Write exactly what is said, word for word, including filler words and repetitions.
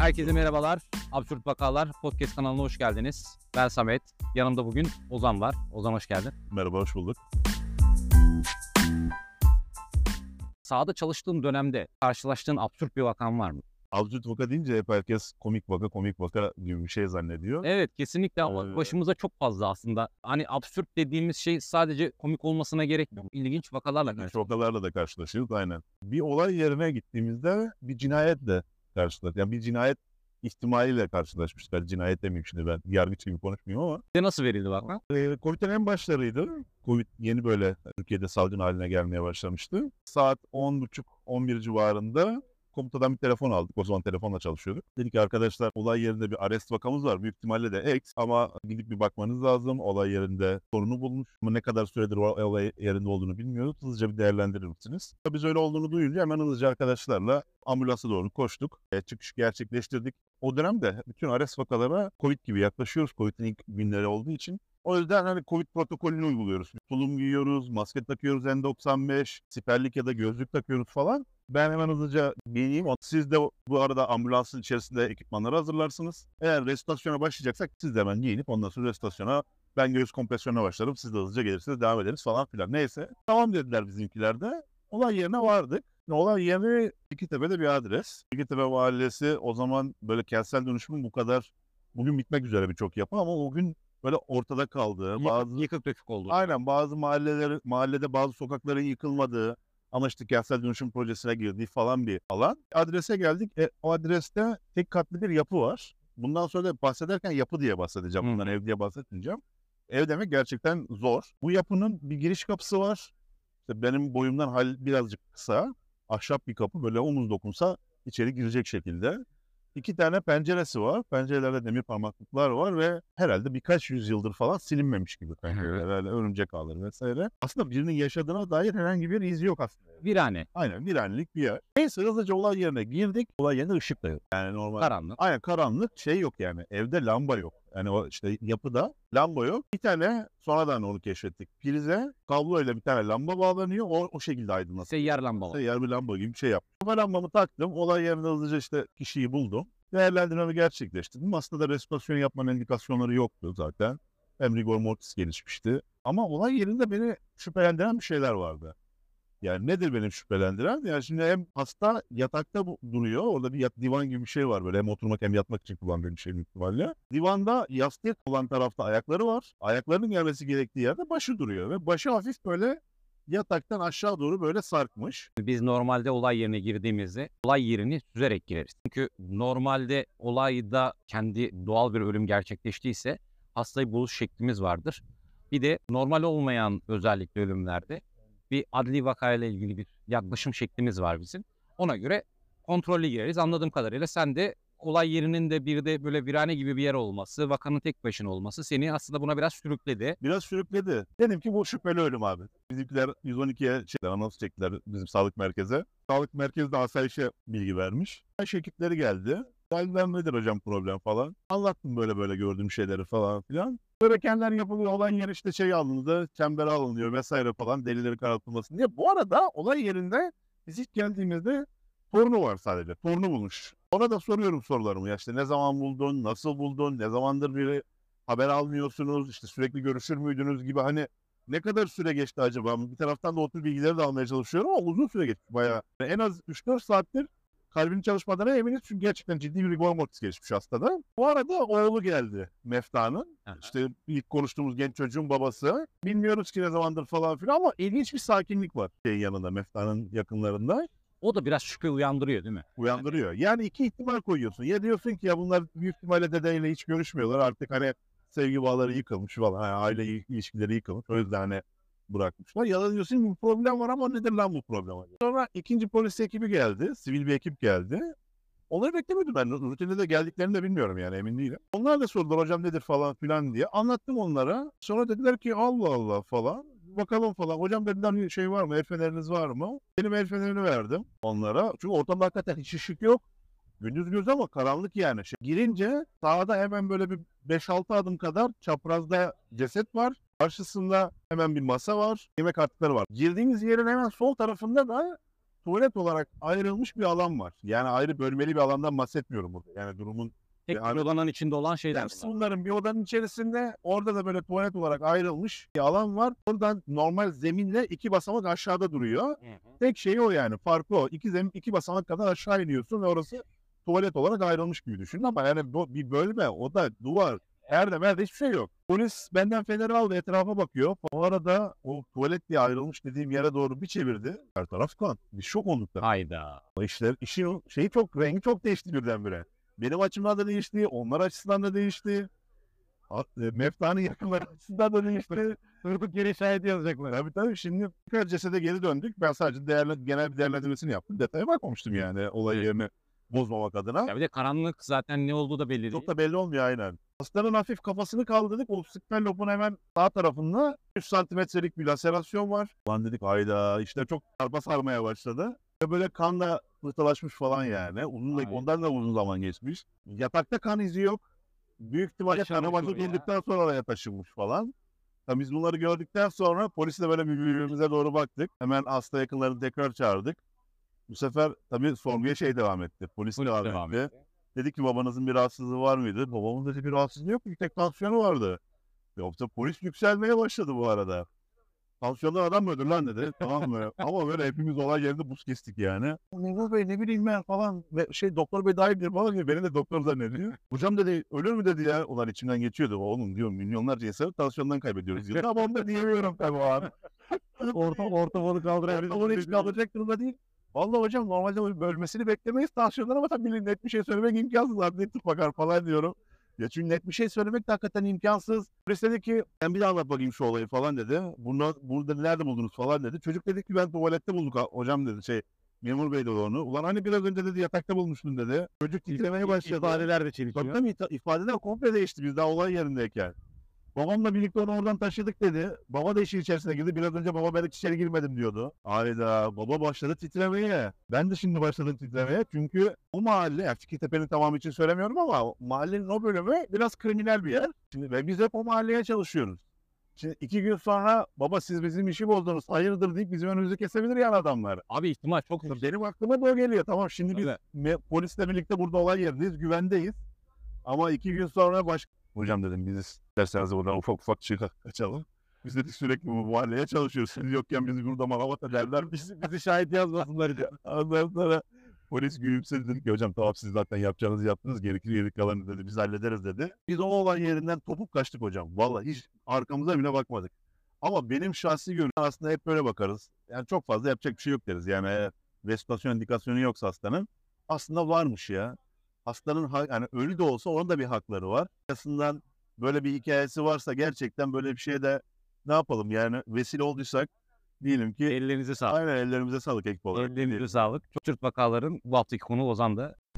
Herkese merhabalar. Absürt Vakalar Podcast kanalına hoş geldiniz. Ben Samet. Yanımda bugün Ozan var. Ozan hoş geldin. Merhaba, hoş bulduk. Sahada çalıştığın dönemde karşılaştığın absürt bir vakan var mı? Absürt vaka deyince hep herkes komik vaka, komik vaka gibi bir şey zannediyor. Evet, kesinlikle ama Ee, başımıza çok fazla aslında. Hani absürt dediğimiz şey sadece komik olmasına gerek yok. İlginç vakalarla İlginç karşılaşıyoruz. vakalarla da karşılaşıyoruz, aynen. Bir olay yerine gittiğimizde bir cinayetle karşılaştık. Yani bir cinayet ihtimaliyle karşılaşmıştık. Yani cinayet demeyeyim şimdi, ben yargıç gibi konuşmuyorum ama. Size nasıl verildi vaka? E, Covid'in en başlarıydı. Covid yeni böyle Türkiye'de salgın haline gelmeye başlamıştı. Saat on buçuk on bir civarında komutadan bir telefon aldık. O zaman telefonla çalışıyorduk. Dedik ki arkadaşlar, olay yerinde bir arrest vakamız var. Büyük ihtimalle de X ama gidip bir bakmanız lazım. Olay yerinde sorunu bulmuş. Ama ne kadar süredir o olay yerinde olduğunu bilmiyoruz. Hızlıca bir değerlendirir misiniz? Biz öyle olduğunu duyunca hemen hızlıca arkadaşlarla ambulansa doğru koştuk. E, çıkış gerçekleştirdik. O dönemde bütün arrest vakalara Covid gibi yaklaşıyoruz. Covid'in ilk günleri olduğu için. O yüzden hani Covid protokolünü uyguluyoruz. Tulum giyiyoruz, maske takıyoruz N doksan beş, siperlik ya da gözlük takıyoruz falan. Ben hemen hızlıca giyineyim. Siz de bu arada ambulansın içerisinde ekipmanları hazırlarsınız. Eğer restorasyona başlayacaksak siz de hemen giyinip ondan sonra restorasyona, ben göğüs kompresyonuna başlarım. Siz de hızlıca gelirsiniz, devam ederiz falan filan. Neyse. Tamam dediler bizimkiler de. Olay yerine vardık. Olay yeri İkitepe'de bir adres. İkitepe Mahallesi o zaman böyle kentsel dönüşümün bu kadar bugün bitmek üzere birçok yapı ama o gün böyle ortada kaldığı, bazı Yıkık dökük oldu. aynen bazı mahalleler mahallede bazı sokakların yıkılmadığı ama işte kentsel dönüşüm projesine girdiği falan bir alan. Adrese geldik. E, o adreste tek katlı bir yapı var. Bundan sonra da bahsederken yapı diye bahsedeceğim. Hı. Bundan ev diye bahsetmeyeceğim. Ev demek gerçekten zor. Bu yapının bir giriş kapısı var. İşte benim boyumdan hal birazcık kısa. Ahşap bir kapı, böyle omuz dokunsa içeri girecek şekilde. İki tane penceresi var. Pencerelerde demir parmaklıklar var ve herhalde birkaç yüzyıldır falan silinmemiş gibi pencereler. Herhalde örümcek ağları vesaire. Aslında birinin yaşadığına dair herhangi bir iz yok aslında. Virane. Aynen, viranlik bir yer. Neyse hızlıca olay yerine girdik. Olay yerinde ışık da yok. Yani normal. Karanlık. Aynen, karanlık, şey yok yani. Evde lamba yok. Yani o işte yapıda lamba yok. Bir tane sonradan onu keşfettik. Prize kabloyla bir tane lamba bağlanıyor. O, o şekilde aydınlatıyor. Seyyar lamba var. Seyyar bir lamba gibi bir şey yaptım. O lambamı taktım. Olay yerinde hızlıca işte kişiyi buldum. Değerlendirmemi gerçekleştirdim. Aslında restorasyon yapmanın indikasyonları yoktu zaten. Hem rigor mortis gelişmişti. Ama olay yerinde beni şüphelendiren bir şeyler vardı. Yani nedir benim şüphelendiren? Yani şimdi hem hasta yatakta bu- duruyor. Orada bir yat, divan gibi bir şey var böyle. Hem oturmak hem yatmak için kullandığım bir şey büyük ihtimalle. Divanda yastık olan tarafta ayakları var. Ayaklarının gelmesi gerektiği yerde başı duruyor. Ve başı hafif böyle yataktan aşağı doğru böyle sarkmış. Biz normalde olay yerine girdiğimizde olay yerini süzerek gireriz. Çünkü normalde olayda kendi doğal bir ölüm gerçekleştiyse hastayı buluş şeklimiz vardır. Bir de normal olmayan özellikle ölümlerde bir adli vakayla ilgili bir yaklaşım şeklimiz var bizim. Ona göre kontrollü gireriz. Anladığım kadarıyla sen de olay yerinin de bir de böyle virane gibi bir yer olması, vakanın tek başına olması seni aslında buna biraz sürükledi. Biraz sürükledi. Dedim ki bu şüpheli ölüm abi. Bizimkiler yüz on ikiye şey, anons çektiler bizim sağlık merkeze. Sağlık merkezi de asayişe bilgi vermiş. Asayiş ekipleri geldi. Geldiler, nedir hocam problem falan. Anlattım böyle böyle gördüğüm şeyleri falan filan. Böyle kendileri yapılıyor. Olan yer işte şey alındı, çembere alınıyor vesaire falan, delileri karartılmasın diye. Bu arada olay yerinde biz ilk geldiğimizde torunu var sadece. Torunu bulmuş. Ona da soruyorum sorularımı. Ya işte ne zaman buldun, nasıl buldun, ne zamandır biri haber almıyorsunuz, işte sürekli görüşür müydünüz gibi, hani ne kadar süre geçti acaba? Bir taraftan da o tür bilgileri de almaya çalışıyorum ama uzun süre geçti bayağı. En az üç dört saattir kalbinin çalışmadığına eminiz çünkü gerçekten ciddi bir rigor mortis gelişmiş hastada. Bu arada oğlu geldi Mefta'nın. Aha. İşte ilk konuştuğumuz genç çocuğun babası. Bilmiyoruz ki ne zamandır falan filan ama ilginç bir sakinlik var şeyin yanında, Mefta'nın yakınlarında. O da biraz şüphe uyandırıyor değil mi? Uyandırıyor. Yani iki ihtimal koyuyorsun. Ya diyorsun ki ya bunlar büyük ihtimalle dedeyle hiç görüşmüyorlar. Artık hani sevgi bağları yıkılmış falan. Yani aile ilişkileri yıkılmış. O yüzden hani bırakmışlar. Ya da diyorsun bir problem var ama nedir lan bu problem? Sonra ikinci polis ekibi geldi. Sivil bir ekip geldi. Onları beklemiyordum ben. Rutinde de geldiklerini de bilmiyorum yani, emin değilim. Onlar da sordular hocam nedir falan filan diye. Anlattım onlara. Sonra dediler ki Allah Allah falan. Bakalım falan. Hocam dediler şey var mı? El feneriniz var mı? Benim el fenerini verdim onlara. Çünkü ortamda hakikaten hiç ışık yok. Gündüz göz ama karanlık yani. Şey, girince sağda hemen böyle bir beş altı adım kadar çaprazda ceset var. Karşısında hemen bir masa var. Yemek artıkları var. Girdiğimiz yerin hemen sol tarafında da tuvalet olarak ayrılmış bir alan var. Yani ayrı bölmeli bir alandan bahsetmiyorum burada. Yani durumun Tek Yani- bir odanın içinde olan şeyler yani bunlar. bunların bir odanın içerisinde orada da böyle tuvalet olarak ayrılmış bir alan var. Oradan normal zeminle iki basamak aşağıda duruyor. Hı hı. Tek şeyi o yani. Farkı o. İki zemin, iki basamak kadar aşağı iniyorsun ve orası tuvalet olarak ayrılmış gibi düşün. Ama yani bu bir bölme, o da duvar. Her merde hiçbir şey yok. Polis benden feneri aldı, etrafa bakıyor. O arada o tuvalet diye ayrılmış dediğim yere doğru bir çevirdi. Her taraf kan. Bir şok olduk da. Hayda. O işler, işin şeyi çok, rengi çok değişti birdenbire. Benim açımdan da değişti, onlar açısından da değişti. Ha- e, Mefta'nın yakınları açısından da değişti. Durduk yere şahit yazacaklar. Tabii tabii, şimdi tekrar cesede geri döndük. Ben sadece değerli, genel bir değerlendirmesini yaptım. Detaya bakmamıştım yani olay Evet. yerini bozmamak adına. Ya bir de karanlık zaten ne olduğu da belli değil. Çok da belli olmuyor aynen. Hastanın hafif kafasını kaldırdık. O sıkma lobun hemen sağ tarafında yüz santimetrelik bir laserasyon var. Lan dedik hayda, işte çok sarpa sarmaya başladı. Ve böyle kanla pıhtılaşmış falan yani. Uzun da, Ay. ondan da uzun zaman geçmiş. Yatakta kan izi yok. Büyük ihtimalle Aşağı kanamacı doğru ya. durduktan sonra oraya taşınmış falan. Tabii biz bunları gördükten sonra polisle böyle birbirimize doğru baktık. Hemen hasta yakınlarını tekrar çağırdık. Bu sefer tabii sorguya şey devam etti. Polis, Polis devam, devam etti. Dedi ki babanızın bir rahatsızlığı var mıydı? Babamın dedi bir rahatsızlığı yok. Bir tek tansiyonu vardı. Yoksa polis yükselmeye başladı bu arada. Tansiyondan adam mı öldür lan dedi. Tamam mı? Ama böyle hepimiz olay yerinde buz kestik yani. Memur Bey ne bileyim ben falan. Ve şey doktor bey dahil diyor falan diyor. Beni de doktor zannediyor. Hocam dedi ölür mü dedi ya. Ulan içimden geçiyordu. Oğlum diyorum milyonlarca insanı tansiyondan kaybediyoruz diyor. Ama onu da diyemiyorum tabii o an. Orta, ortamını kaldıran Onu hiç kaldıracak durumda değil. Vallahi hocam normalde bölmesini beklemeyiz tansiyondan ama tabii net bir şey söylemek imkansız. Adli tıp bakar falan diyorum. Ya çünkü net bir şey söylemek de hakikaten imkansız. Polis dedi ki ben bir daha anlat bakayım şu olayı falan dedi. Bunu, burada nerede buldunuz falan dedi. Çocuk dedi ki ben tuvalette bulduk ha- hocam dedi şey. Memur bey dedi onu. Ulan hani biraz önce dedi yatakta bulmuştun dedi. Çocuk titremeye başladı. İfadeler de Tabii çelişiyor. tabii ita- ifadeler komple değişti biz daha olay yerindeyken. Babamla birlikte onu oradan taşıdık dedi. Baba da işin içerisine girdi. Biraz önce baba ben hiç içeri girmedim diyordu. Hayda baba başladı titremeye. Ben de şimdi başladım titremeye. Çünkü o mahalle, yani Fikirtepe'nin tamamı için söylemiyorum ama o mahallenin o bölümü biraz kriminal bir yer. Şimdi ve biz hep o mahalleye çalışıyoruz. Şimdi iki gün sonra baba siz bizim işi bozdunuz hayırdır deyip bizim önümüzü kesebilir yani adamlar. Abi ihtimal çok yüksek. Benim aklıma da o geliyor. Tamam şimdi biz Öyle. me- polisle birlikte burada olay yerindeyiz, güvendeyiz. Ama iki gün sonra baş... Hocam dedim biz isterseniz buradan ufak ufak çıka kaçalım. Biz dedik sürekli bu mahalleye çalışıyoruz. Siz yokken bizi burada malavata derler. Bizi, bizi şahit yazmasınlar diye. Ondan sonra polis gülümsedi dedi ki hocam tamam siz zaten yapacağınızı yaptınız. Gerekir geri kalanı dedi. Biz hallederiz dedi. Biz o olay yerinden topuk kaçtık hocam. Vallahi hiç arkamıza bile bakmadık. Ama benim şahsi görüşüm aslında hep böyle bakarız. Yani çok fazla yapacak bir şey yok deriz. Yani eğer restorasyon indikasyonu yoksa hastanın aslında varmış ya. Hastanın ha- yani ölü de olsa onun da bir hakları var. Aslında böyle bir hikayesi varsa gerçekten böyle bir şeye de ne yapalım yani vesile olduysak diyelim ki Ellerinize sağlık. aynen ellerimize sağlık ekip olarak. Ellerinize sağlık. Çok Çocuk vakaların bu haftaki konu Ozan'da.